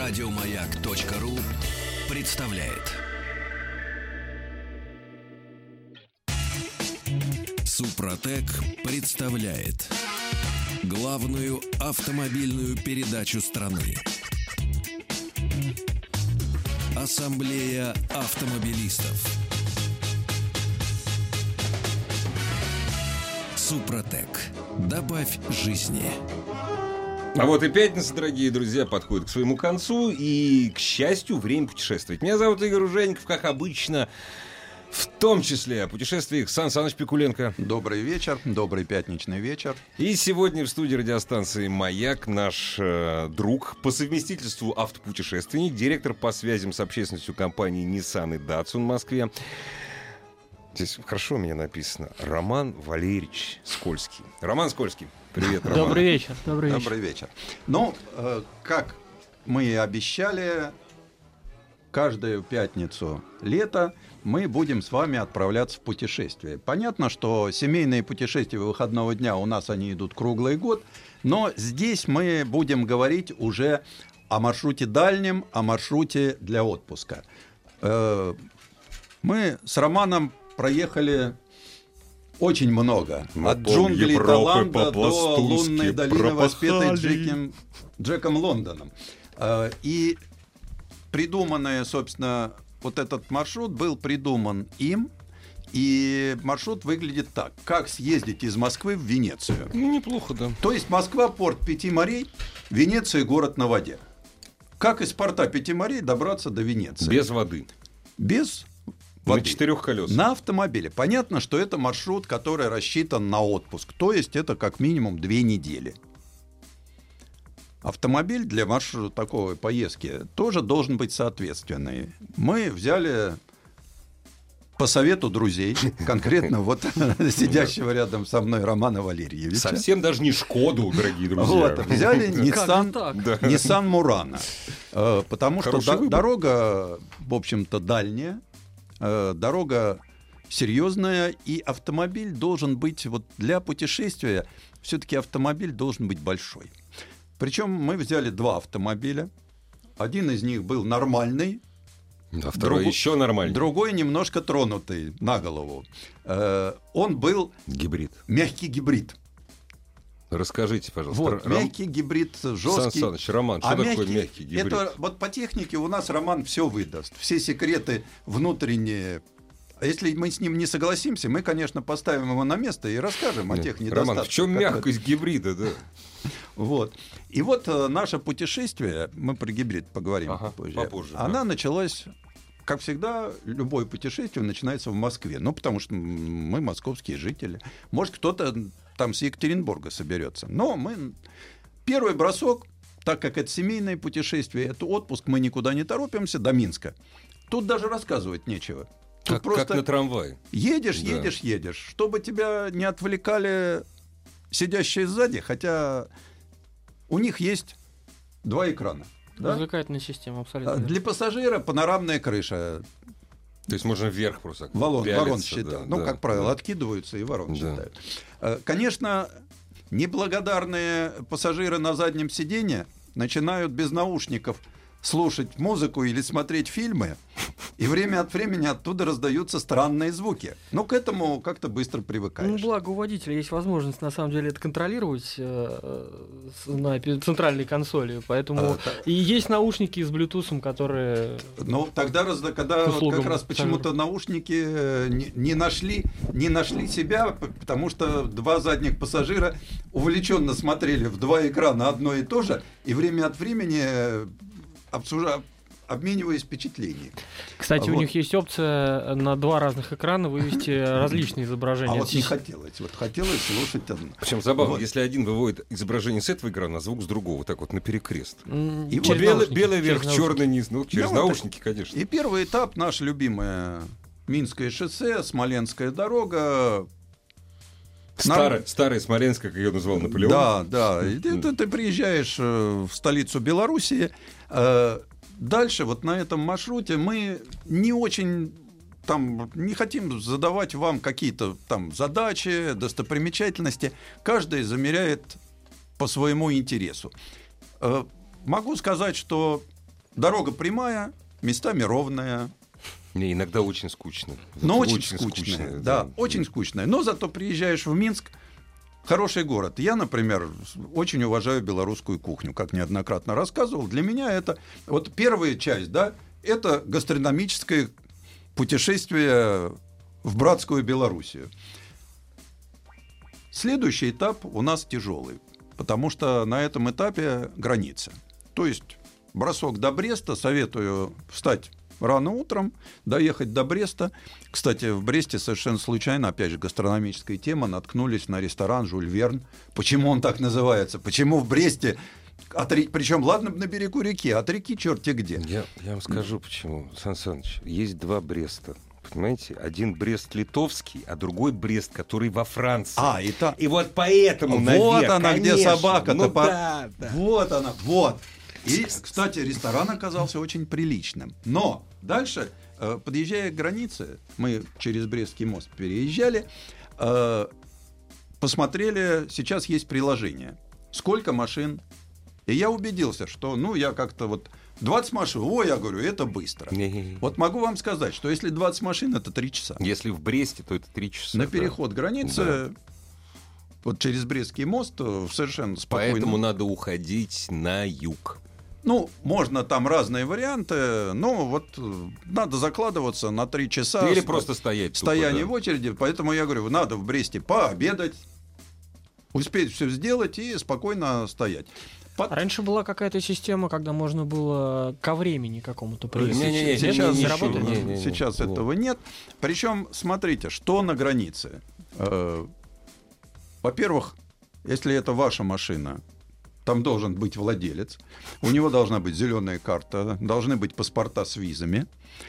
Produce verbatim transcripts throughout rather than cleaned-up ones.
Радиомаяк.ру представляет. Супротек представляет главную автомобильную передачу страны. Ассамблея автомобилистов. Супротек. Добавь жизни. А вот и пятница, дорогие друзья, подходит к своему концу. И, к счастью, время путешествовать. Меня зовут Игорь Ужеников, как обычно. В том числе о путешествиях Сан Саныч Пикуленко. Добрый вечер, добрый пятничный вечер. И сегодня в студии радиостанции «Маяк» наш э, друг, по совместительству автопутешественник, директор по связям с общественностью компании Nissan и Datsun в Москве. Здесь хорошо у меня написано. Роман Валерьевич Скользкий. Роман Скользкий. Привет, Роман. Добрый вечер. Добрый вечер. Добрый вечер. Ну, э, как мы и обещали, каждую пятницу лета мы будем с вами отправляться в путешествие. Понятно, что семейные путешествия выходного дня у нас они идут круглый год, но здесь мы будем говорить уже о маршруте дальнем, о маршруте для отпуска. Э, мы с Романом проехали очень много. Мы От джунглей Европы Таиланда до по-пластунски лунной долины, пропахали. воспетой Джеком, Джеком Лондоном. Э, И придуманное, собственно, вот этот маршрут был придуман им. И маршрут выглядит так. Как съездить из Москвы в Венецию. Ну, неплохо, да. То есть Москва, порт Пяти морей, Венеция, город на воде. Как из порта Пяти морей добраться до Венеции? Без воды. Без На воды. четырех колесах. На автомобиле. Понятно, что это маршрут, который рассчитан на отпуск. То есть это как минимум две недели. Автомобиль для маршрута такой поездки тоже должен быть соответственный. Мы взяли по совету друзей, конкретно вот сидящего рядом со мной Романа Валерьевича. Совсем даже не Шкоду, дорогие друзья. Вот, взяли Nissan, так? Nissan Murano. Э, Потому что Хороший до- выбор. дорога, в общем-то, дальняя, э, дорога серьезная, и автомобиль должен быть, вот для путешествия, все-таки автомобиль должен быть большой. Причем мы взяли два автомобиля. Один из них был нормальный, Да, второй Другу- еще нормально. другой немножко тронутый на голову. Э, Он был Гибрид. мягкий гибрид. Расскажите, пожалуйста. Вот, Ром- мягкий гибрид, Сан жесткий. Саныч, Роман, что А такое мягкий- мягкий гибрид? Это вот по технике у нас Роман все выдаст. Все секреты внутренние. А если мы с ним не согласимся, мы, конечно, поставим его на место и расскажем о Нет, тех недостатках. Роман, в чем которые- мягкость гибрида? Да? Вот. И вот э, наше путешествие, мы про гибрид поговорим Ага, попозже, попозже, она да. началась, как всегда, любое путешествие начинается в Москве. Ну, потому что мы московские жители. Может, кто-то там с Екатеринбурга соберется. Но мы... Первый бросок, так как это семейное путешествие, это отпуск, мы никуда не торопимся, до Минска. Тут даже рассказывать нечего. Тут Как, как на трамвае. едешь, Да. едешь, едешь, чтобы тебя не отвлекали сидящие сзади, хотя у них есть два экрана. Да? Развлекательная система, абсолютно. А Для пассажира панорамная крыша, То есть можно вверх просто ворон, пялиться, ворон да, считают. да, Ну, как правило, да. откидываются и ворон Да. считают. Э, Конечно, неблагодарные пассажиры на заднем сиденье начинают без наушников слушать музыку или смотреть фильмы, и время от времени оттуда раздаются странные звуки. Но к этому как-то быстро Ну, привыкаешь. благо у водителя есть возможность, на самом деле, это контролировать э, с- на пи- центральной консоли. Поэтому А, та- и есть наушники с Bluetooth, которые... Ну, тогда, раз- когда вот услугам как раз почему-то наушники э, не, не нашли, не нашли себя, п- потому что два задних пассажира увлеченно смотрели в два экрана одно и то же, и время от времени э, обсужа- обмениваясь впечатлениями. Кстати, у Вот. них есть опция на два разных экрана вывести различные А изображения. вот не хотелось. Вот хотелось слушать одно. Причем забавно, Вот. если один выводит изображение с этого экрана, а звук с другого, так вот наперекрест. М, И через вот Белый, наушники, белый через верх, наушники. черный низ. Ну, через Ну, вот наушники, конечно. И первый этап, наше любимое Минское шоссе, Смоленская дорога. Старая, старая Смоленская, как ее назвал Наполеон. Да, да. И ты, ты- ты приезжаешь э, в столицу Белоруссии. э, Дальше вот на этом маршруте мы не очень там не хотим задавать вам какие-то там задачи, достопримечательности. Каждый замеряет по своему интересу. Э, Могу сказать, что дорога прямая, местами ровная. Не, иногда очень скучно. Но Вот очень, скучная, да, да, очень скучная. Но зато приезжаешь в Минск, хороший город. Я, например, очень уважаю белорусскую кухню, как неоднократно рассказывал. Для меня это вот первая часть, да, это гастрономическое путешествие в братскую Белоруссию. Следующий этап у нас тяжелый, потому что на этом этапе граница. То есть бросок до Бреста, советую встать рано утром, доехать до Бреста. Кстати, в Бресте совершенно случайно, опять же, гастрономическая тема, наткнулись на ресторан «Жюль Верн». Почему он так называется? Почему в Бресте, от ре... причем, ладно, на берегу реки, от реки черти где? Я, я вам скажу, почему, Сан Саныч. Есть два Бреста. Понимаете, один Брест литовский, а другой Брест, который во Франции. А, и, та... и вот поэтому, вот навек, она, конечно. где собака-то. Ну, по... да, да. Вот она, вот. И, кстати, ресторан оказался очень приличным. Но дальше, э, подъезжая к границе, мы через Брестский мост переезжали, э, посмотрели, сейчас есть приложение, сколько машин. И я убедился, что, ну, я как-то вот двадцать машин, о, я говорю, это быстро. Не-не-не. Вот могу вам сказать, что если двадцать машин, это три часа. Если в Бресте, то это три часа. На да. переход границы, Да. вот через Брестский мост, совершенно спокойно. Поэтому надо уходить на юг. Ну, можно там разные варианты, но вот э, надо закладываться на три часа. Или ст- просто стоять. тупо, Стояние да. в очереди. Поэтому я говорю, надо в Бресте пообедать, успеть все сделать и спокойно стоять. Под- А раньше была какая-то система, когда можно было ко времени какому-то приехать. Не-не-не, Сейчас, не, не, работает? не, не, не, сейчас не. этого нет. Причем, смотрите, что на границе. Э, Во-первых, если это ваша машина, там должен быть владелец, у него должна быть зеленая карта, должны быть паспорта с визами.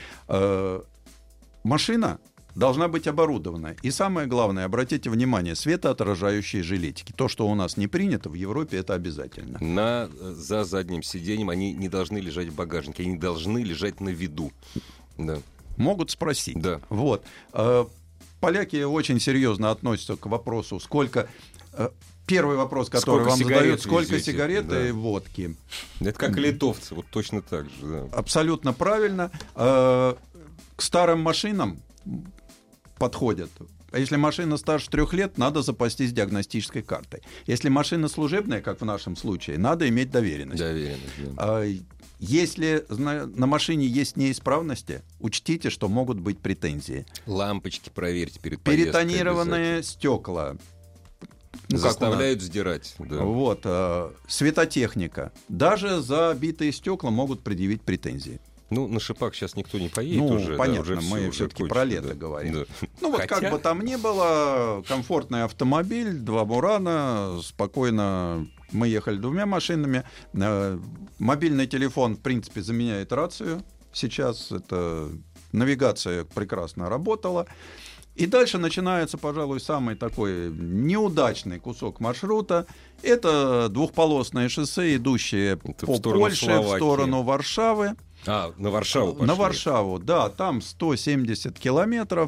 Э, Машина должна быть оборудована. И самое главное, обратите внимание, светоотражающие жилетики. То, что у нас не принято, в Европе это обязательно. На, за задним сиденьем они не должны лежать в багажнике, они должны лежать на виду. Да. Могут спросить. Да. Вот. Э, Поляки очень серьезно относятся к вопросу, сколько... э, Первый вопрос, который Сколько вам сигарет задают, сколько везете? сигарет Да. и водки. Это как и литовцы, вот точно так же. Да. Абсолютно правильно. Э, К старым машинам подходят. А если машина старше трех лет, надо запастись диагностической картой. Если машина служебная, как в нашем случае, надо иметь доверенность. Доверенность, да. А Если зна- на машине есть неисправности, учтите, что могут быть претензии. Лампочки проверьте перед поездкой. Перетонированные стекла. Ну, как у нас. Заставляют сдирать. Да. Вот, э, светотехника. Даже за битые стекла могут предъявить претензии. Ну, на шипах сейчас никто не поедет Ну, уже. понятно, да, уже мы всё, уже все-таки кончено, про лето да. говорим. Да. Ну вот Хотя- как бы там ни было, комфортный автомобиль, два Мурана, спокойно мы ехали двумя машинами. Э, Мобильный телефон, в принципе, заменяет рацию. Сейчас это навигация прекрасно работала. И дальше начинается, пожалуй, самый такой неудачный кусок маршрута. Это двухполосное шоссе, идущее Это в по сторону Польше, в Словакии. сторону Варшавы. А, на Варшаву пошли. На Варшаву, да, там сто семьдесят километров.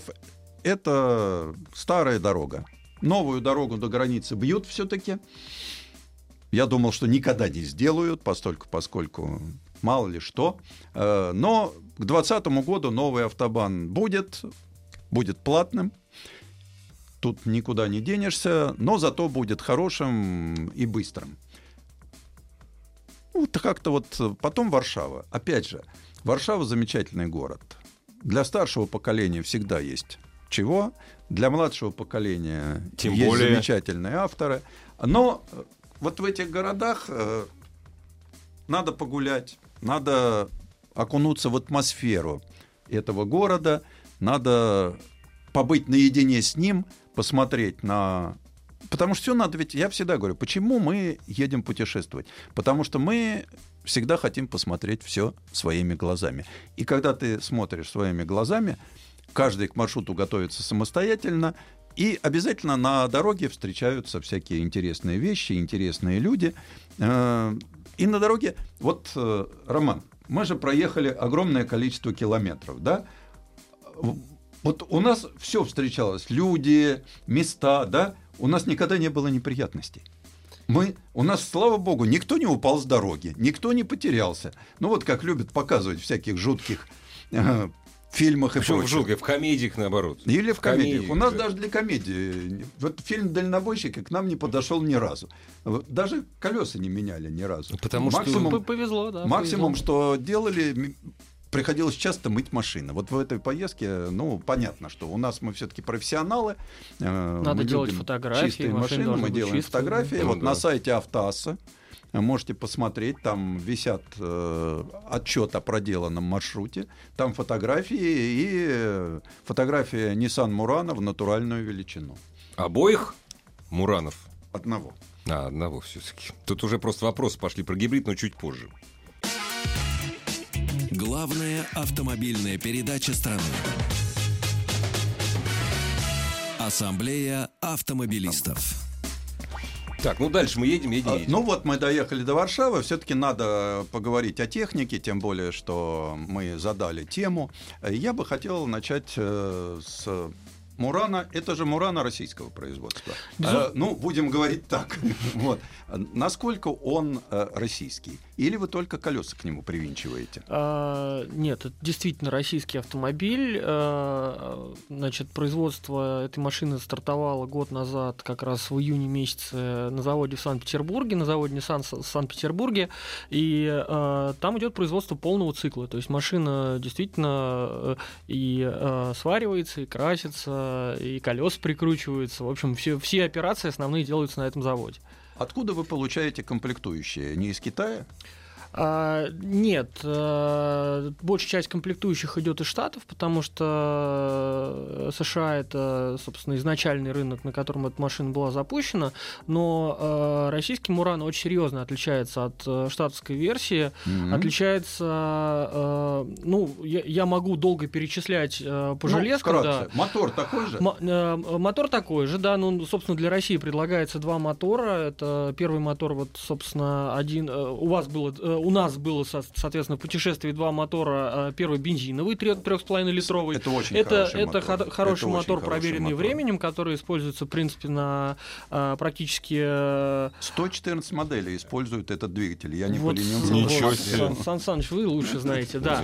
Это старая дорога. Новую дорогу до границы бьют все-таки. Я думал, что никогда не сделают, постольку, поскольку мало ли что. Э, Но к двадцатому году новый автобан будет, будет платным. Тут никуда не денешься, но зато будет хорошим и быстрым. Вот как-то вот потом Варшава. Опять же, Варшава замечательный город. Для старшего поколения всегда есть чего. Для младшего поколения Тем есть более. замечательные авторы. Но вот в этих городах э, надо погулять, надо окунуться в атмосферу этого города, надо побыть наедине с ним, посмотреть на... Потому что все надо, ведь я всегда говорю, почему мы едем путешествовать? Потому что мы всегда хотим посмотреть все своими глазами. И когда ты смотришь своими глазами, каждый к маршруту готовится самостоятельно, и обязательно на дороге встречаются всякие интересные вещи, интересные люди. И на дороге, вот, Роман, мы же проехали огромное количество километров, да? Вот у нас все встречалось, люди, места, да? У нас никогда не было неприятностей. Мы, у нас, слава богу, никто не упал с дороги, никто не потерялся. Ну вот как любят показывать в всяких жутких э, фильмах и Причем в прочем. жутких, в комедиях наоборот. Или в комедиях. Комедии, У нас да. даже для комедии. Вот фильм «Дальнобойщики» к нам не подошел ни разу. Вот даже колеса не меняли ни разу. Потому что- максимум, П- Повезло, да. максимум, повезло. что делали, м, приходилось часто мыть машины. Вот в этой поездке, ну, понятно, что у нас мы все-таки профессионалы. э, Надо мы делать любим фотографии, чистые машины машины, должны мы быть делаем чистые. фотографии. Ну Вот да. на сайте Автоасса можете посмотреть, там висят э, отчет о проделанном маршруте, там фотографии и э, фотография Nissan Murano в натуральную величину. Обоих Муранов? Одного. А, одного все-таки. Тут уже просто вопросы пошли про гибрид, но чуть позже. Главная автомобильная передача страны. Ассамблея автомобилистов. Так, ну дальше мы едем, едем, А, едем. Ну вот мы доехали до Варшавы, все-таки надо поговорить о технике, тем более, что мы задали тему. Я бы хотел начать э, с Мурана. Это же Мурана российского производства. Безусловно. Э, ну, будем говорить так. Вот. Насколько он э, российский? Или вы только колеса к нему привинчиваете? А, нет, это действительно российский автомобиль. А, значит, производство этой машины стартовало год назад, как раз в июне месяце, на заводе в Санкт-Петербурге, на заводе Nissan в Санкт-Петербурге. И а, там идет производство полного цикла. То есть машина действительно э, и э, сваривается, и красится, и колеса прикручиваются. В общем, все, все операции основные делаются на этом заводе. Откуда вы получаете комплектующие? Не из Китая? А, нет, а, большая часть комплектующих идет из Штатов, потому что США это, собственно, изначальный рынок, на котором эта машина была запущена, но а, российский Мурано очень серьезно отличается от а, штатовской версии, Мгм. отличается, а, ну, я, я могу долго перечислять а, по Ну, железкам, да. вкратце. Мотор такой же? М- э, мотор такой же, да, ну, собственно, для России предлагается два мотора. Это первый мотор, вот, собственно, один. э, У вас было, э, у нас было, со- соответственно, в путешествии два мотора. э, Первый бензиновый, трех с половиной литровый. Это очень Это, хороший это мотор. хо- хороший Это очень мотор, хороший проверенный мотор. временем, который используется, в принципе, на э, практически... э, сто четырнадцать моделей используют этот двигатель. Я не вот, поленился. Ничего вот, себе. Сан, Сан Саныч, вы лучше знаете, да.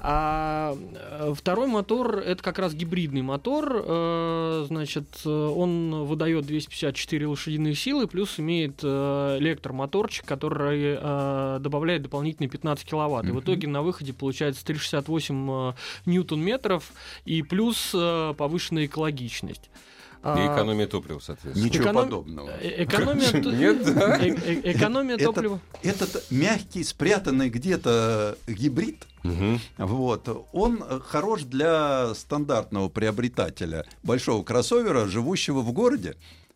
А э, второй мотор — это как раз гибридный мотор. э, Значит, э, он выдает двести пятьдесят четыре лошадиных силы, плюс имеет э, электромоторчик, который э, добавляет дополнительные пятнадцать киловатт. И в Мгм. итоге на выходе получается триста шестьдесят восемь э, ньютон-метров и плюс э, повышенная экологичность. И А, экономия топлива, соответственно. Ничего эконом- подобного. э, Экономия, т- Нет, да? э- э- экономия Это- топлива. Этот мягкий, спрятанный где-то гибрид, Мгм. вот, он хорош для стандартного приобретателя большого кроссовера, живущего в городе,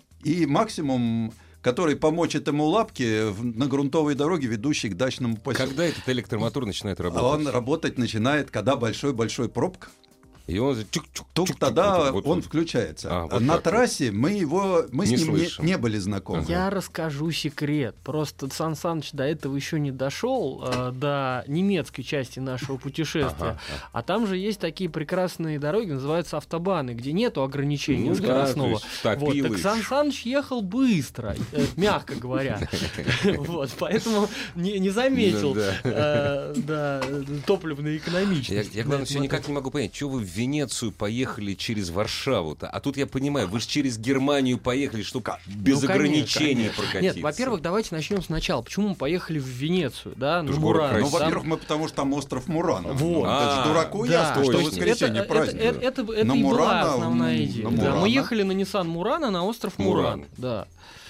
и максимум, который помочит ему лапки в- на грунтовой дороге, ведущей к дачному поселку. Когда этот электромотор начинает А работать? он работать начинает, когда большой-большой пробка. И он чук-чук, Только чук-чук, тогда вот- он вот- включается. А, вот На так вот. трассе мы его, мы Не с ним не, слышим. не были знакомы. Я расскажу секрет. Просто Сан Саныч до этого еще не дошел, э, до немецкой части нашего путешествия. Ага, А там же есть такие прекрасные дороги, называются автобаны, где нету ограничения Ну да, скоростного. то есть Вот, топилы. так Сан Саныч ехал быстро, э, мягко говоря. Вот, поэтому не, не заметил Ну да. э, да, топливной Я, экономичности. я главное, все никак не могу понять, что вы в Венецию поехали через Варшаву-то? А тут я понимаю, вы же через Германию поехали, чтобы без Ну, конечно, ограничений конечно. прокатиться. Нет, во-первых, давайте начнем сначала. Почему мы поехали в Венецию, да, на Это ж город Мурано? Ну, красивый. во-первых, мы потому что там остров Мурано. Вот. Ну, это А, же дураку Да, ясно, что точно. в воскресенье это, праздник. Это, это, это, это На и была Мурано, основная м, идея. на Да, Мурано. мы ехали на Nissan Мурано на остров Мурано. Мурано. Да.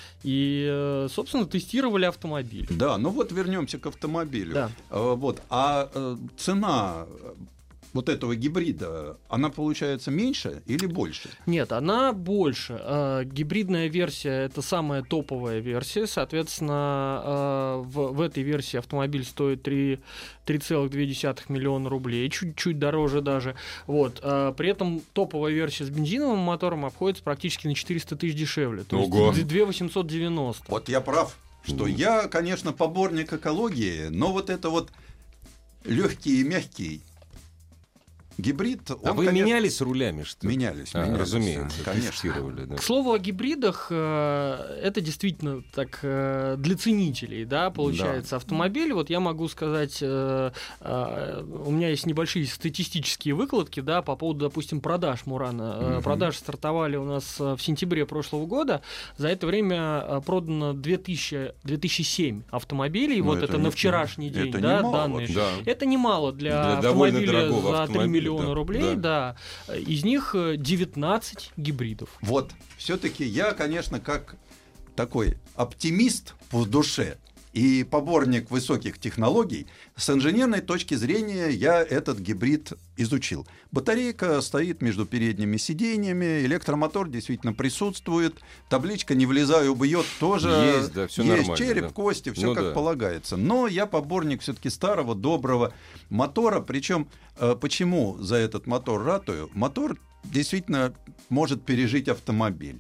И, э, собственно, тестировали автомобиль. Да, ну вот вернемся к автомобилю. Да. А, Вот, а э, цена э, вот этого гибрида, она получается меньше или больше? Нет, она больше. Э, гибридная версия — это самая топовая версия. Соответственно, э, в, в этой версии автомобиль стоит три целых две десятых миллиона рублей, чуть-чуть дороже даже. Вот. Э, при этом топовая версия с бензиновым мотором обходится практически на четыреста тысяч дешевле. То Ого. есть две тысячи восемьсот девяносто. Вот я прав, что я, конечно, поборник экологии, но вот это вот легкий и мягкий гибрид... А он, вы конечно, менялись рулями, что ли? Менялись, А, менялись. разумеется, Конечно. тестировали, да. К слову о гибридах, э, это действительно так э, для ценителей, да, получается, Да. автомобиль. Вот я могу сказать, э, э, у меня есть небольшие статистические выкладки, да, по поводу, допустим, продаж Мурана. Э, Мгм. Продажи стартовали у нас э, в сентябре прошлого года. За это время э, продано две тысячи, две тысячи семь автомобилей. Ну, вот это это не- на вчерашний день, это да, немало данные. Да. Это немало для, Для довольно автомобиля дорогого за три автомобиля, миллиона да, рублей, да. Из них э, девятнадцать гибридов. Вот, все-таки я, конечно, как такой оптимист в душе и поборник высоких технологий, с инженерной точки зрения я этот гибрид изучил. Батарейка стоит между передними сиденьями, электромотор действительно присутствует, табличка «не влезаю, убьет» тоже Есть, да, всё есть, нормально, череп, да. кости, все Ну как да. полагается. Но я поборник все-таки старого, доброго мотора. Причем, э, почему за этот мотор ратую? Мотор действительно может пережить автомобиль.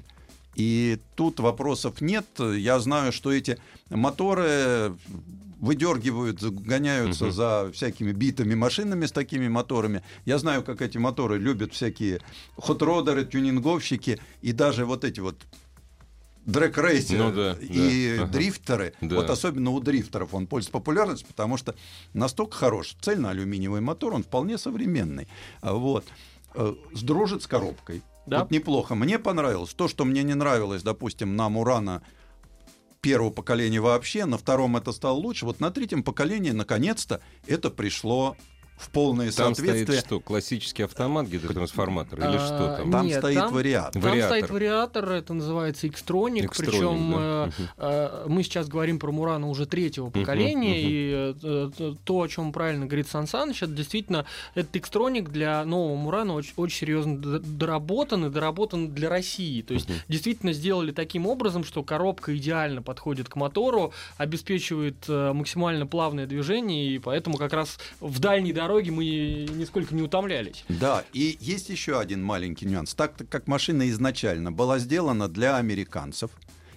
И тут вопросов нет. Я знаю, что эти моторы выдергивают, гоняются Мгм. за всякими битыми машинами с такими моторами. Я знаю, как эти моторы любят всякие хот-родеры, тюнинговщики и даже вот эти вот дрэк-рейсеры Ну да, и да, ага. дрифтеры. Да. Вот особенно у дрифтеров он пользуется популярностью, потому что настолько хорош. Цельноалюминиевый мотор, он вполне современный. А Вот. Э, Сдружит с коробкой. Да. Вот неплохо. Мне понравилось. То, что мне не нравилось, допустим, на Мурана первого поколения вообще, на втором это стало лучше. Вот на третьем поколении, наконец-то, это пришло в полное Там соответствие. стоит что, классический автомат, гидротрансформатор или А, что там? Там Нет, стоит там- вариатор. Там Вариатор. стоит вариатор, это называется Xtronic, Xtronic, причем да. э, э, мы сейчас говорим про Мурана уже третьего поколения, мгм. и э, э, то, о чем правильно говорит Сан Саныч, это действительно этот Xtronic для нового Мурана очень, очень серьезно д- доработан и доработан для России. То есть Мгм. действительно сделали таким образом, что коробка идеально подходит к мотору, обеспечивает э, максимально плавное движение, и поэтому как раз в дальней дороге мы нисколько не утомлялись. Да, и есть еще один маленький нюанс. Так как машина изначально была сделана для американцев,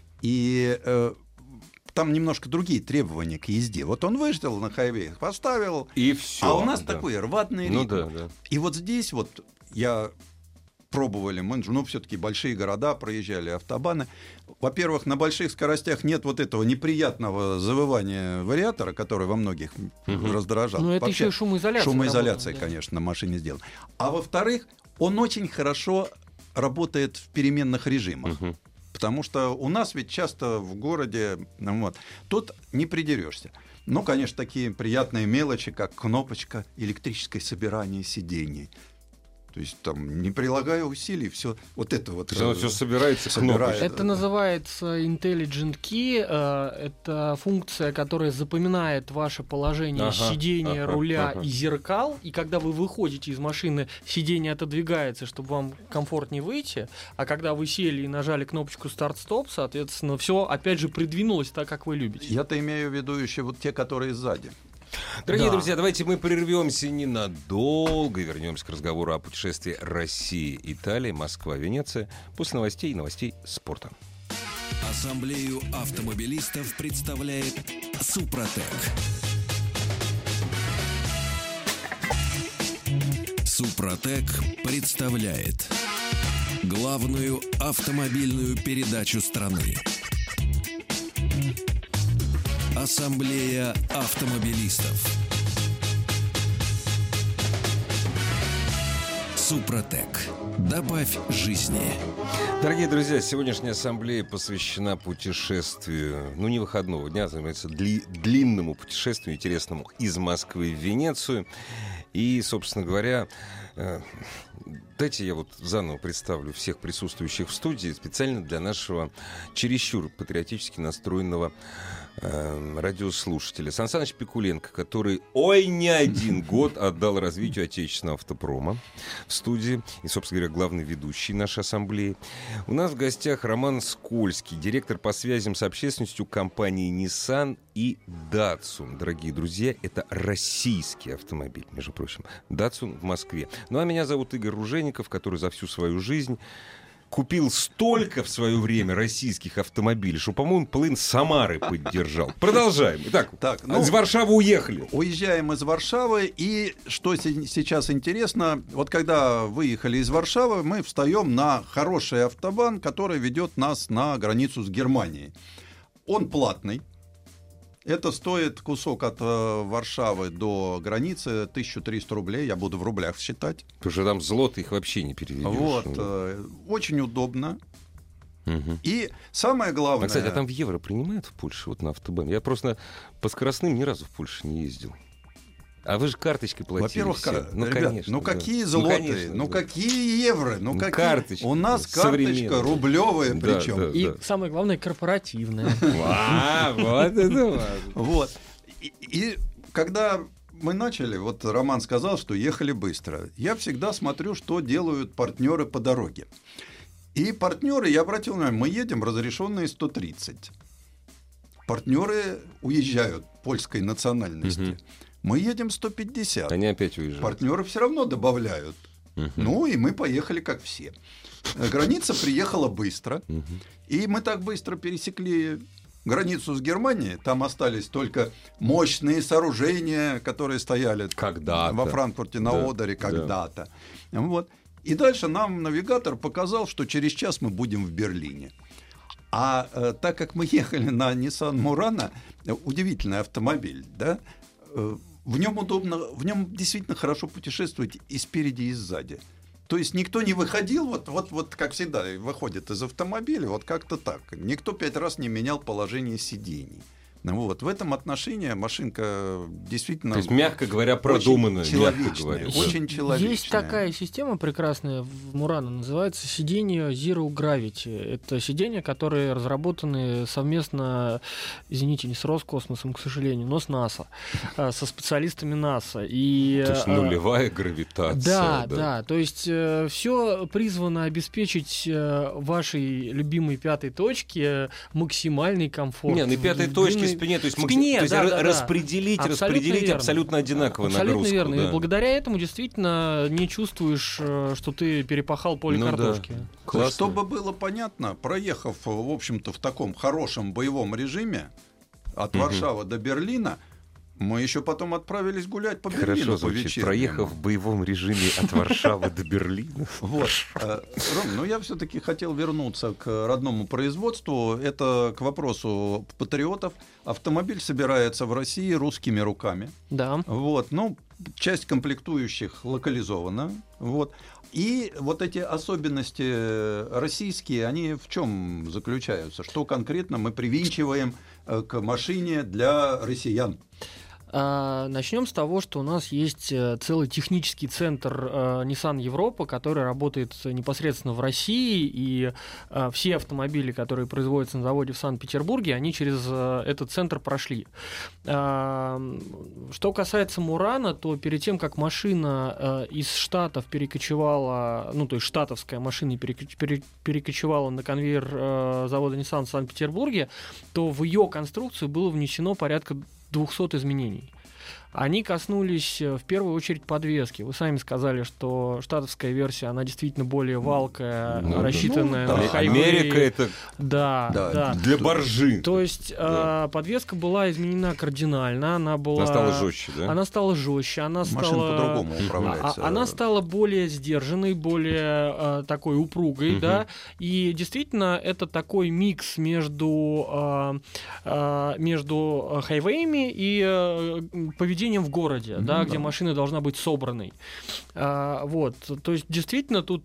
и э, там немножко другие требования к езде. Вот он выждал на хайвеях, поставил, И все. а у нас такой рваный Ну ритм. да, да. И вот здесь вот я пробовали, мы, ну, все-таки большие города проезжали, автобаны. Во-первых, на больших скоростях нет вот этого неприятного завывания вариатора, который во многих Мгм. раздражал. Ну, это Вообще, еще и шумоизоляция. шумоизоляция, работает, да. конечно, на машине сделана. А во-вторых, он очень хорошо работает в переменных режимах. Мгм. Потому что у нас ведь часто в городе, ну вот, тут не придерешься. Ну, конечно, такие приятные мелочи, как кнопочка электрическое собирание сидений. То есть там, не прилагая усилий, все вот это вот. То есть оно э, все собирается собирает. кнопочкой. Это называется Intelligent Key. э, Это функция, которая запоминает ваше положение Ага, сидения, ага, руля ага. и зеркал. И когда вы выходите из машины, сиденье отодвигается, чтобы вам комфортнее выйти. А когда вы сели и нажали кнопочку старт-стоп, соответственно, все опять же придвинулось так, как вы любите. Я-то имею в виду еще вот те, которые сзади. Дорогие Да. друзья, давайте мы прервемся ненадолго и вернемся к разговору о путешествии России, Италия, Москва, Венеция после новостей и новостей спорта. Ассамблею автомобилистов представляет Супротек. Супротек представляет главную автомобильную передачу страны. Ассамблея автомобилистов. Супротек. Добавь жизни. Дорогие друзья, сегодняшняя ассамблея посвящена путешествию, ну не выходного дня, занимается дли- длинному путешествию, интересному из Москвы в Венецию. И, собственно говоря, э, дайте я вот заново представлю всех присутствующих в студии специально для нашего чересчур патриотически настроенного э, радиослушателя. Сан Саныч Пикуленко, который, ой, не один год отдал развитию отечественного автопрома в студии. И, собственно говоря, главный ведущий нашей ассамблеи. У нас в гостях Роман Скользкий, директор по связям с общественностью компании Nissan и Datsun. Дорогие друзья, это российский автомобиль, между прочим. Datsun в Москве. Ну а меня зовут Игорь Ружеников, который за всю свою жизнь купил столько в свое время российских автомобилей, что, по-моему, половину Самары поддержал. Продолжаем. Итак, Так, ну, из Варшавы уехали. Уезжаем из Варшавы, и что се- сейчас интересно, вот когда выехали из Варшавы, мы встаем на хороший автобан, который ведет нас на границу с Германией. Он платный. Это стоит кусок от э, Варшавы до границы тысяча триста рублей, я буду в рублях считать. Потому что там злото их вообще не переведешь. Вот, э, очень удобно. Мгм. И самое главное... А, кстати, а там в евро принимают в Польше вот на автобане? Я просто по скоростным ни разу в Польшу не ездил. А вы же карточкой платили. Во-первых, все. кар- ну, ребят, конечно, ну да. какие Ну, злотые, конечно, ну, да. какие евро, ну, Ну, какие... карточки, У нас да, карточка современные. рублевая Да, причем. да. И самое главное, корпоративное. А, вот это важно. Вот. И, и когда мы начали, вот Роман сказал, что ехали быстро. Я всегда смотрю, что делают партнеры по дороге. И партнеры, я обратил внимание, мы едем разрешенные сто тридцать. Партнеры уезжают польской национальности. Мгм. Мы едем сто пятьдесят. Они опять уезжают. Партнеры все равно добавляют. Мгм. Ну и мы поехали как все. Граница приехала быстро. Мгм. И мы так быстро пересекли границу с Германией. Там остались только мощные сооружения, которые стояли Когда-то. во Франкфурте на Да, Одере да. когда-то. Вот. И дальше нам навигатор показал, что через час мы будем в Берлине. А э, так как мы ехали на Nissan Murano, э, удивительный автомобиль, да, э, в нем удобно, в нем действительно хорошо путешествовать и спереди, и сзади. То есть никто не выходил, вот, вот, вот как всегда, выходит из автомобиля, вот как-то так. Никто пять раз не менял положение сидений. Вот. В этом отношении машинка действительно... То есть, мягко говоря, очень продуманная. Мягко человечная, говоря. очень человечная. Есть такая система прекрасная в Мурано, называется сиденье Zero Gravity. Это сиденья, которые разработаны совместно, извините, не с Роскосмосом, к сожалению, но с НАСА, а, со специалистами НАСА. И, То есть а, нулевая гравитация. Да, да, то есть все призвано обеспечить э, вашей любимой пятой точке максимальный комфорт. Не, на пятой В точке длинной- спине, то есть, в максим- спине, то есть да, ра- да, да. распределить, Абсолютно распределить верно. абсолютно одинаковую Абсолютно нагрузку. верно. да. И благодаря этому действительно не чувствуешь, э, что ты перепахал поле Ну да. картошки. Классно. Чтобы было понятно, проехав, в общем-то, в таком хорошем боевом режиме от Мгм. Варшавы до Берлина, мы еще потом отправились гулять по Берлину. Хорошо по звучит. вечернему. Проехав в боевом режиме от Варшавы до Берлина. Вот. Э, Ром, ну я все-таки хотел вернуться к родному производству. Это к вопросу патриотов. Автомобиль собирается в России русскими руками. Да. Вот, ну, часть комплектующих локализована. Вот. И вот эти особенности российские, они в чем заключаются? Что конкретно мы привинчиваем э, к машине для россиян? А, Начнем с того, что у нас есть э, целый технический центр э, Nissan Европа, который работает непосредственно в России, и э, все автомобили, которые производятся на заводе в Санкт-Петербурге, они через э, этот центр прошли. А, Что касается Мурано, то перед тем, как машина э, из Штатов перекочевала, ну, то есть штатовская машина перек- пере- перекочевала на конвейер э, завода Nissan в Санкт-Петербурге, то в ее конструкцию было внесено порядка двухсот изменений. Они коснулись в первую очередь подвески. Вы сами сказали, что штатовская версия, она действительно более валкая, Ну да. рассчитанная Ну, на да. хайвей. Америка это Да, Да. да. для боржи. То есть Да. э, подвеска была изменена кардинально, она была... Она стала жестче, да? Она стала жестче, она Машина стала... по-другому А- управляется. а- Она стала более сдержанной, более э, такой упругой, Мгм. да, и действительно это такой микс между, э, э, между хайвеями и э, поведением в городе, Ну да, да. где машина должна быть собранной. А, вот, то есть действительно тут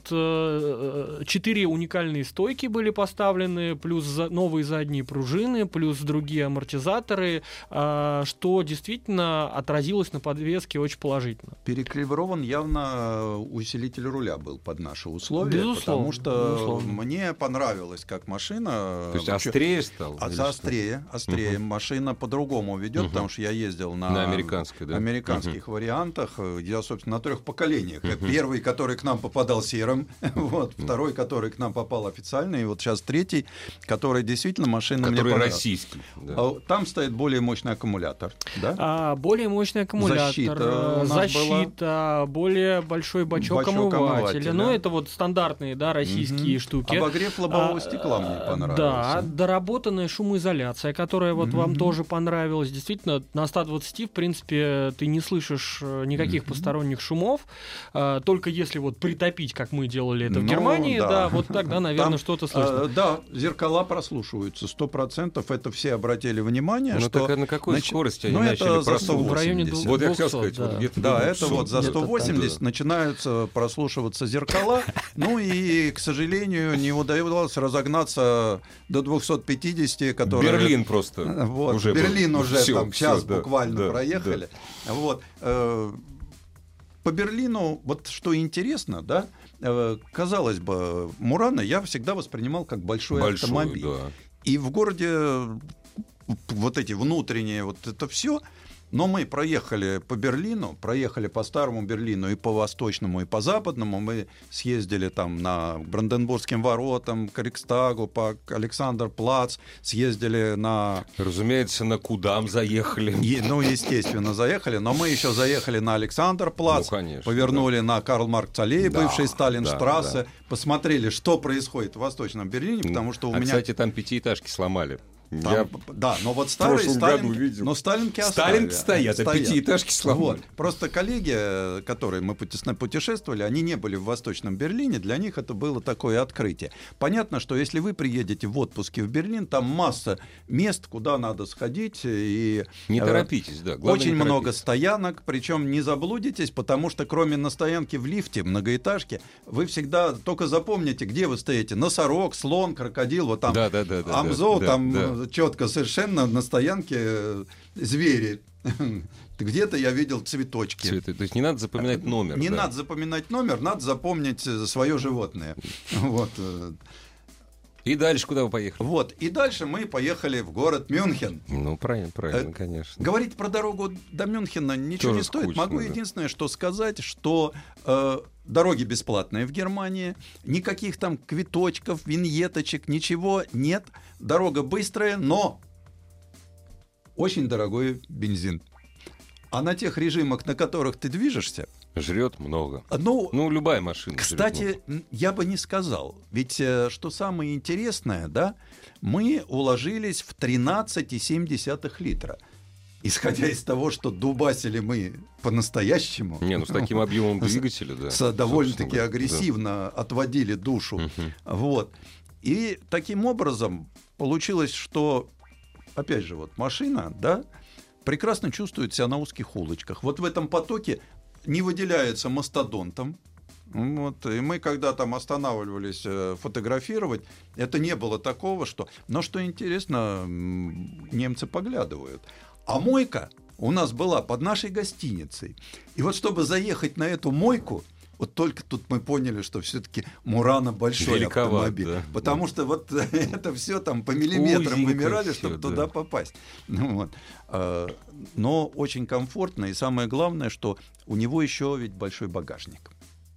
э, четыре уникальные стойки были поставлены, плюс за- новые задние пружины, плюс другие амортизаторы, а, что действительно отразилось на подвеске очень положительно. Перекалиброван явно усилитель руля был под наши условия, Безусловно, потому что безусловно. мне понравилось, как машина... То есть вообще- острее стал? А или за что? острее, острее. Мгм. Машина по-другому ведет, Мгм. потому что я ездил на, На американской американская, да? американских угу. вариантах. Я, собственно, на трех поколениях. Угу. Первый, который к нам попадал серым, вот, второй, который к нам попал официально, и вот сейчас третий, который действительно машина который мне понравилась. Российский. Да. Там стоит более мощный аккумулятор. Да? А, более мощный аккумулятор, защита, у нас защита была... более большой бачок, бачок омывателя. омывателя. Ну, это вот стандартные, да, российские угу. штуки. Обогрев лобового а, стекла мне понравился. Да, доработанная шумоизоляция, которая вот угу. вам тоже понравилась. Действительно, на ста двадцати, в принципе, ты не слышишь никаких угу. посторонних шумов. А, только если вот притопить, как мы делали это в ну, Германии, да. да, вот тогда, наверное, Там, что-то слышно. А, да, зеркала прослушиваются, сто процентов. Это все обратили внимание, ну, что... Так, на какой нач... скорости они ну, начали это за сто восемьдесят. В районе двухсот, Вот я хотел сказать, да. вот где-то Да, до это вот за сто восемьдесят да. начинаются прослушиваться зеркала. Ну и, к сожалению, не удалось разогнаться до двухсот пятидесяти, которые... Берлин просто. Вот, уже Берлин был. уже Всё, там всё, час да, буквально да, проехали. Да. Вот. По Берлину, вот что интересно, да, казалось бы, Мурано я всегда воспринимал как большой, большой автомобиль. Да. И в городе вот эти внутренние, вот это все. Но мы проехали по Берлину, проехали по старому Берлину и по восточному, и по западному. Мы съездили там на Бранденбургским воротам, к Рикстагу, по Александр-Плац, съездили на... Разумеется, на Кудам заехали. И, ну, естественно, заехали. Но мы еще заехали на Александр-Плац, ну, конечно, повернули да. на Карл-Маркс-аллее, да, бывшей Сталинштрассе, да, да. посмотрели, что происходит в Восточном Берлине, потому что у а, меня... кстати, там пятиэтажки сломали. Там, Я да, но вот старые Сталин, но Сталинки Сталинки стоят, а пятиэтажки сломали. Вот. Просто коллеги, которые мы путешествовали, они не были в Восточном Берлине, для них это было такое открытие. Понятно, что если вы приедете в отпуске в Берлин, там масса мест, куда надо сходить. И, не торопитесь, да. Главное, очень не много торопитесь. стоянок, причем не заблудитесь, потому что кроме на стоянке в лифте, многоэтажке, вы всегда только запомните, где вы стоите. Носорог, слон, крокодил, вот там да, да, да, да, Амзо, да, там... да. четко совершенно на стоянке звери. Где-то я видел цветочки. Цветы. То есть не надо запоминать номер. Не да. надо запоминать номер, надо запомнить свое животное. Вот. И дальше куда вы поехали? Вот. И дальше мы поехали в город Мюнхен. Ну, правильно, правильно, конечно. Говорить про дорогу до Мюнхена ничего тоже не стоит. скучно, Могу да. единственное, что сказать, что э, дороги бесплатные в Германии, никаких там квиточков, виньеточек, ничего нет. Дорога быстрая, но очень дорогой бензин. А на тех режимах, на которых ты движешься... Жрет много. Ну, ну любая машина. Кстати, я бы не сказал. Ведь что самое интересное, да, мы уложились в тринадцать целых семь десятых литра. Исходя из того, что дубасили мы по-настоящему. Не, ну с таким объемом двигателя, да. С довольно-таки агрессивно да. отводили душу. Uh-huh. Вот. И таким образом получилось, что, опять же, вот машина, да, прекрасно чувствует себя на узких улочках. Вот в этом потоке не выделяется мастодонтом. Вот. И мы, когда там останавливались фотографировать, это не было такого, что... Но что интересно, немцы поглядывают. А мойка у нас была под нашей гостиницей. И вот чтобы заехать на эту мойку, вот только тут мы поняли, что все-таки Мурано большой великоват, автомобиль. Да. Потому что вот это все там по миллиметрам узенько вымирали, всё, чтобы да. туда попасть. Ну, вот. Но очень комфортно. И самое главное, что у него еще ведь большой багажник.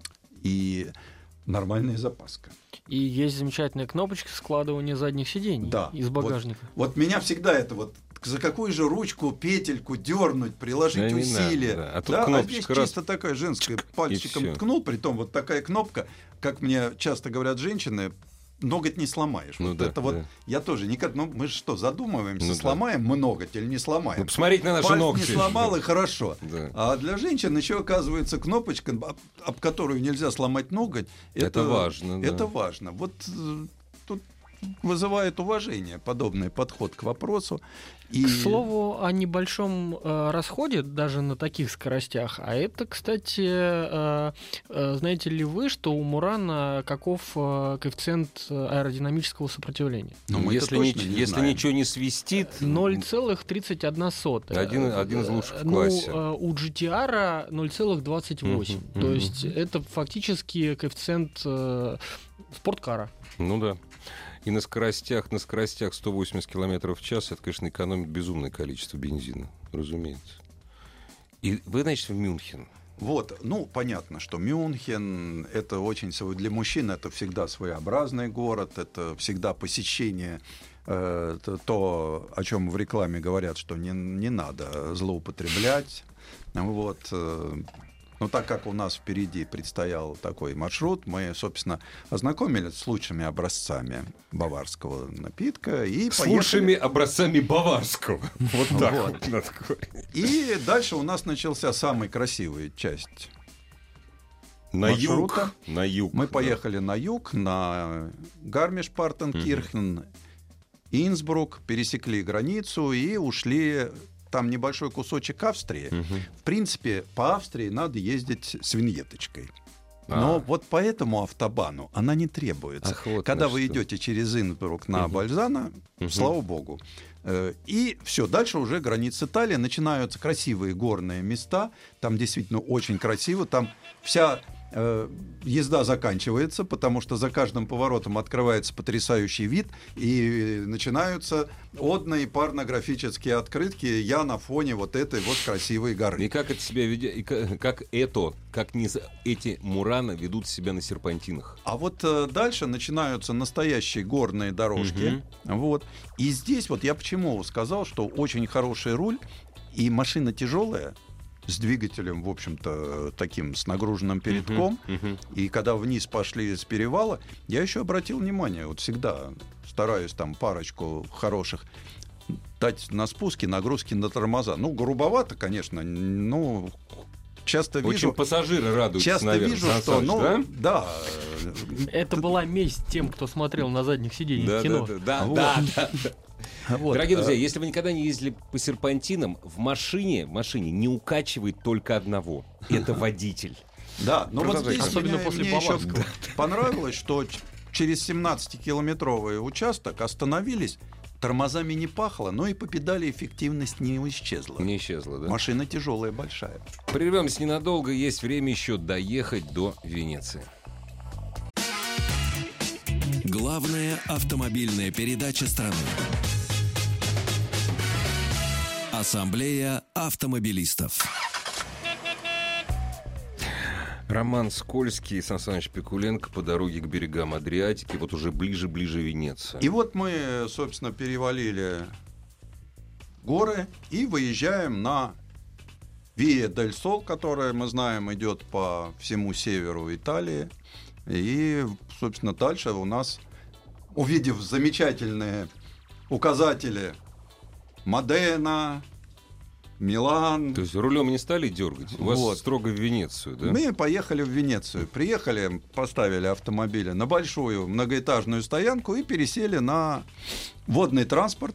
И нормальная запаска. И есть замечательная кнопочка складывания задних сидений да. из багажника. Вот, вот меня всегда это вот за какую же ручку, петельку дернуть, приложить да, усилия. Надо, да. А тут да? кнопочка а здесь раз... чисто такая женская, пальчиком ткнул, притом вот такая кнопка, как мне часто говорят женщины, ноготь не сломаешь. Ну, вот да, это вот да. я тоже никак, ну мы же что, задумываемся, ну, сломаем да. мы ноготь или не сломаем? Ну, посмотрите на наши Пальцы ногти. не сломал, и хорошо. Да. А для женщин еще оказывается кнопочка, об, об которую нельзя сломать ноготь. Это, это важно. Это да. важно. Вот тут вызывает уважение подобный подход к вопросу. И... К слову о небольшом э, расходе даже на таких скоростях. А это, кстати, э, э, знаете ли вы, что у Мурано каков э, коэффициент аэродинамического сопротивления? Ну, мы если ни, не если ничего не свистит... ноль целых тридцать одна сотая. Один, один из лучших в ну, классе. У джи ти ар ноль целых двадцать восемь. Uh-huh, uh-huh. То есть это фактически коэффициент э, спорткара. Ну да. И на скоростях, на скоростях сто восемьдесят километров в час это, конечно, экономит безумное количество бензина, разумеется. И вы, значит, в Мюнхен. Вот, ну, понятно, что Мюнхен, это очень, для мужчин это всегда своеобразный город, это всегда посещение, э, то, о чем в рекламе говорят, что не, не надо злоупотреблять. Вот. Но так как у нас впереди предстоял такой маршрут, мы, собственно, ознакомились с лучшими образцами баварского напитка. И с поехали... лучшими образцами баварского. Вот так вот. вот. И дальше у нас начался самая красивая часть на маршрута. Юг. На юг. Мы да. поехали на юг, на Гармиш-Партенкирхен, угу. Инсбрук, пересекли границу и ушли... Там небольшой кусочек Австрии. Угу. В принципе, по Австрии надо ездить с виньеточкой. Но а. вот по этому автобану она не требуется. Ах, вот Когда вы что. идете через Инсбрук на угу. Бальзана, угу. слава богу. И все, дальше уже граница Италии. Начинаются красивые горные места. Там действительно очень красиво. Там вся... езда заканчивается, потому что за каждым поворотом открывается потрясающий вид, и начинаются одные порнографические открытки. Я на фоне вот этой вот красивой горы. И как это себя ведет, и как, как это, как не эти мураны ведут себя на серпантинах? А вот э, дальше начинаются настоящие горные дорожки. Угу. Вот. И здесь вот я почему сказал, что очень хороший руль, и машина тяжелая, с двигателем, в общем-то, таким, с нагруженным передком. Uh-huh, uh-huh. И когда вниз пошли с перевала, я еще обратил внимание, вот всегда стараюсь там парочку хороших дать на спуске, нагрузки на тормоза. Ну, грубовато, конечно, ну... Часто вижу, очень пассажиры радуются, часто наверное, вижу, что, ну, да? да. Это была месть тем, кто смотрел на задних сиденьях да, кино. Да, да, вот. да, да, да. Вот. Дорогие друзья, а... если вы никогда не ездили по серпантинам, в машине, в машине не укачивает только одного. Это водитель. Да, но вот здесь особенно мне, после мне еще да. понравилось, что через семнадцатикилометровый участок остановились. Тормозами не пахло, но и по педали эффективность не исчезла. Не исчезла, да? Машина тяжелая, большая. Прервемся ненадолго, есть время еще доехать до Венеции. Главная автомобильная передача страны. Ассамблея автомобилистов. Роман Скользкий и Сан Саныч Пикуленко по дороге к берегам Адриатики, вот уже ближе-ближе Венеция. И вот мы, собственно, перевалили горы и выезжаем на Виа дель Сол, которая, мы знаем, идет по всему северу Италии. И, собственно, дальше у нас, увидев замечательные указатели Модена, Милан. То есть рулем не стали дергать? У вас вот. Строго в Венецию, да? Мы поехали в Венецию. Приехали, поставили автомобили на большую многоэтажную стоянку и пересели на водный транспорт,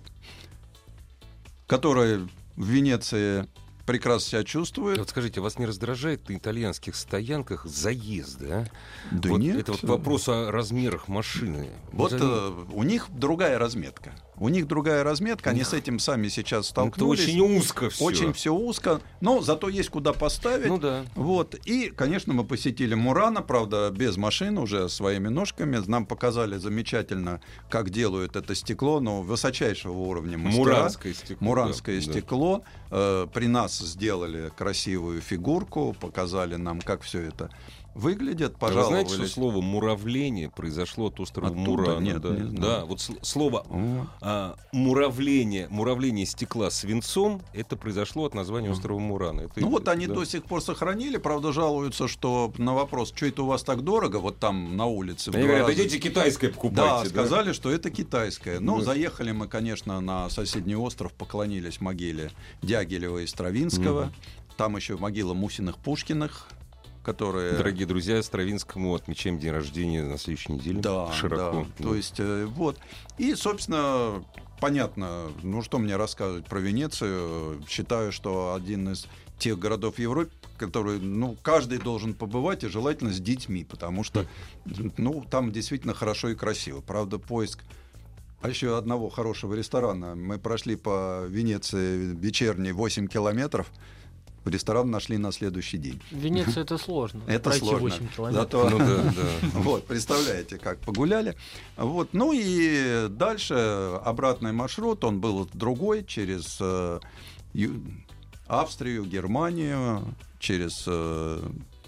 который в Венеции прекрасно себя чувствует. Вот скажите, вас не раздражает на итальянских стоянках заезды, а? Да вот нет. Это вот вопрос о размерах машины. Вот э, у них другая разметка. У них другая разметка, они с этим сами сейчас столкнулись. Это очень узко все. Очень все узко, но зато есть куда поставить. Ну да. Вот. И, конечно, мы посетили Мурано, правда, без машин, уже своими ножками. Нам показали замечательно, как делают это стекло, но высочайшего уровня мастера. Муранское стекло. Муранское да, стекло. Да. При нас сделали красивую фигурку, показали нам, как все это выглядит, пожаловались. Вы знаете, что слово «муравление» произошло от острова Оттуда? Мурано? Нет, да, не знаю. да, вот слово а, «муравление», «муравление стекла свинцом» это произошло от названия острова Мурано. Это, ну вот они да. до сих пор сохранили, правда, жалуются, что на вопрос, что это у вас так дорого, вот там на улице. Они говорят, раза... идите китайское покупайте. Да, да, сказали, что это китайское. Ну, да. заехали мы, конечно, на соседний остров, поклонились могиле Дягилева и Стравинского. Mm. Там еще могила Мусиных-Пушкиных, которые... Дорогие друзья, Стравинскому отмечаем день рождения на следующей неделе. Да, широко. Да. То есть, э, вот. И, собственно, понятно, ну что мне рассказывать про Венецию. Считаю, что один из тех городов Европы, который, ну, каждый должен побывать, и желательно с детьми, потому что, ну, там действительно хорошо и красиво. Правда, поиск а еще одного хорошего ресторана. Мы прошли по Венеции вечерней восемь километров. Ресторан нашли на следующий день. Венеция это сложно. Это пройти сложно. восемь километров. Зато, ну, да, да. Вот, представляете, как погуляли. Вот. Ну и дальше обратный маршрут, он был другой, через э, ю, Австрию, Германию, через э,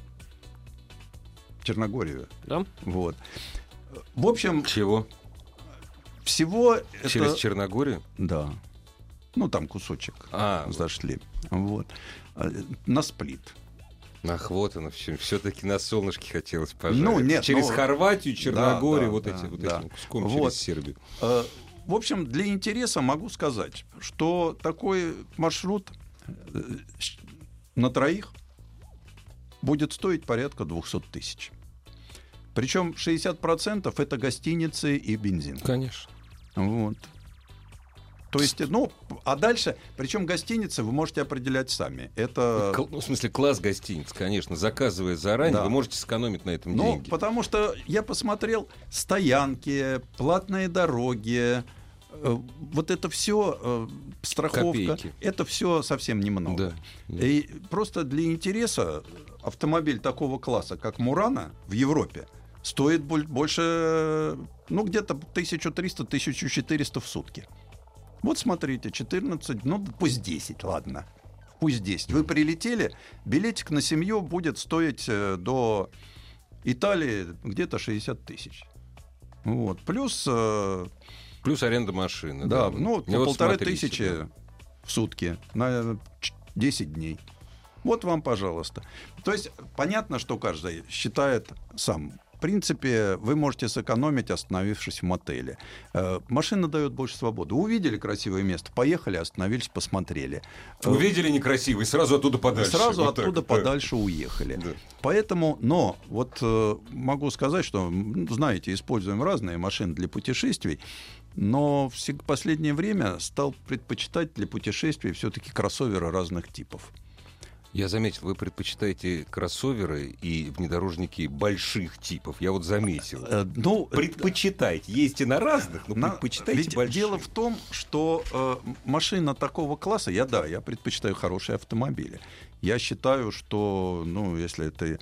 Черногорию. Да? Вот. В общем... Чего? Всего Через это... Черногорию? Да. Ну, там кусочек а, зашли. Вот. На сплит. Ах, вот оно, все-таки на солнышке хотелось пожарить. Ну, нет, через ну... Хорватию, Черногорию, да, вот, да, эти, вот да. этим куском Вот. через Сербию. В общем, для интереса могу сказать, что такой маршрут на троих будет стоить порядка двести тысяч. Причем шестьдесят процентов это гостиницы и бензин. Конечно. Вот. То есть, ну, а дальше, причем гостиницы вы можете определять сами. Это... Ну, в смысле, класс гостиниц, конечно. Заказывая заранее, Да. вы можете сэкономить на этом Ну, деньги. потому что я посмотрел стоянки, платные дороги, э, вот это все, э, страховка, Копейки. это все совсем немного. Да, да. И просто для интереса автомобиль такого класса, как Мурана в Европе, стоит боль- больше, ну, где-то тысяча триста - тысяча четыреста в сутки. Вот смотрите, четырнадцать, ну пусть десять, ладно. Пусть десять. Вы прилетели, билетик на семью будет стоить э, до Италии где-то шестьдесят тысяч. Вот. Плюс... Э, Плюс аренда машины. да, Да, ну, И по вот полторы смотрите, тысячи да. в сутки на десять дней. Вот вам, пожалуйста. То есть понятно, что каждый считает сам. В принципе, вы можете сэкономить, остановившись в мотеле. Э, машина дает больше свободы. Увидели красивое место, поехали, остановились, посмотрели. Э, Увидели некрасивый, сразу оттуда подальше. Сразу Вот оттуда так, да. подальше уехали. Да. Поэтому, но вот э, могу сказать, что, м, знаете, используем разные машины для путешествий, но в сек- последнее время стал предпочитать для путешествий все-таки кроссоверы разных типов. Я заметил, вы предпочитаете кроссоверы и внедорожники больших типов. Я вот заметил. Э, ну, Предпочитайте. Есть и на разных, но на- предпочитайте ведь большие. дело в том, что э, машина такого класса, я да, я предпочитаю хорошие автомобили. Я считаю, что, ну, если ты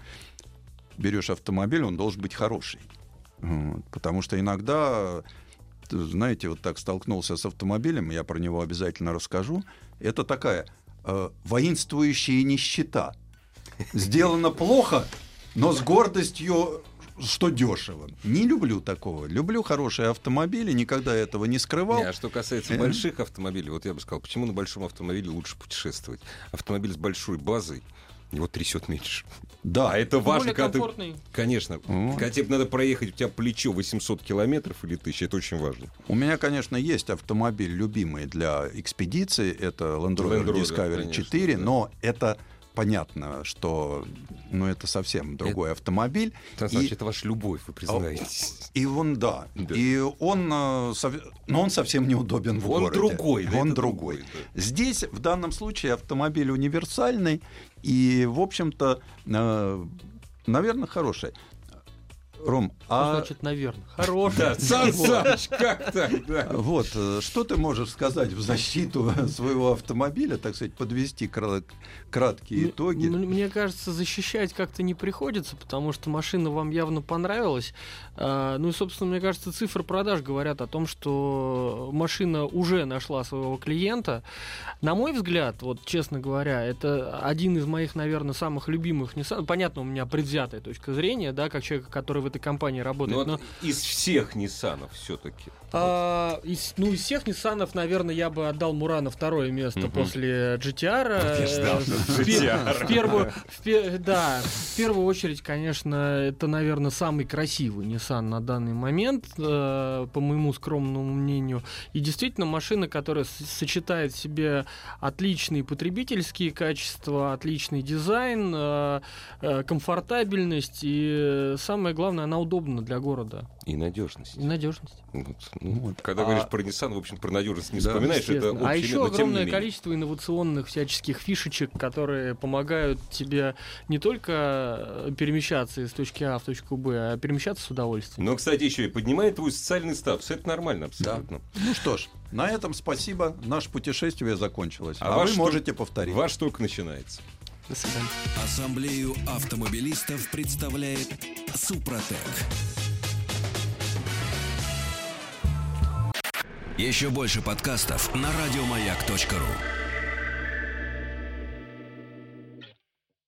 берешь автомобиль, он должен быть хороший. Вот. Потому что иногда, знаете, вот так столкнулся с автомобилем, я про него обязательно расскажу. Это такая э, воинствующая нищета. Сделано плохо, но с гордостью, что дешево. Не люблю такого. Люблю хорошие автомобили, никогда этого не скрывал. Не, а что касается Э? больших автомобилей, вот я бы сказал, почему на большом автомобиле лучше путешествовать? Автомобиль с большой базой, его трясет меньше. Да, А это важно, Более когда ты... комфортный. Конечно. Вот. Когда тебе надо проехать, у тебя плечо восемьсот километров или тысяча, это очень важно. У меня, конечно, есть автомобиль любимый для экспедиции. Это Land Rover Land Rover, Discovery конечно, четыре, да. но это понятно, что ну, это совсем другой автомобиль. Это, И- значит, это ваша любовь, вы признаетесь. И он, да. Да. И он, э, сов- но он совсем неудобен в Он городе. другой, да, Он это другой. другой, да. Здесь, в данном случае, автомобиль универсальный и, в общем-то, э, наверное, хороший. Ром, Что а значит, наверное? Хороший. Да, Сан Саныч, как так? Да. вот, э, что ты можешь сказать в защиту своего автомобиля, так сказать, подвести кра- краткие М- итоги? м- Мне кажется, защищать как-то не приходится, потому что машина вам явно понравилась. А, Ну и, собственно, мне кажется, цифры продаж говорят о том, что машина уже нашла своего клиента. На мой взгляд, вот честно говоря, это один из моих, наверное, самых любимых Nissan. Понятно, у меня предвзятая точка зрения, да, как человека, который в этой компании Ну, работает. вот но из всех Ниссанов все-таки. А, из, ну, из всех Ниссанов, наверное, я бы отдал Мурана второе место Мгм. после джи ти ар. Я ждал, что В джи ти ар. пер- в первую, в пе- да, в первую очередь, конечно, это, наверное, самый красивый Nissan на данный момент, э, по моему скромному мнению. И действительно машина, которая с- сочетает в себе отличные потребительские качества, отличный дизайн, э, э, комфортабельность и, э, самое главное, она удобна для города. И надежность. И надежность. Вот, ну, Вот. Когда А- говоришь про Nissan, в общем, про надежность не Да, вспоминаешь, это Естественно. А общее, еще но тем не огромное менее. количество инновационных всяческих фишечек, которые помогают тебе не только перемещаться из точки А в точку Б, а перемещаться с удовольствием. Но, кстати, еще и поднимает твой социальный статус. Это нормально абсолютно. Ну что ж, на этом спасибо. Наше путешествие закончилось. А А, ваш вы что- можете повторить. Ваш только начинается. До свидания. Ассамблею автомобилистов представляет Супротек. Еще больше подкастов на радиомаяк точка ру.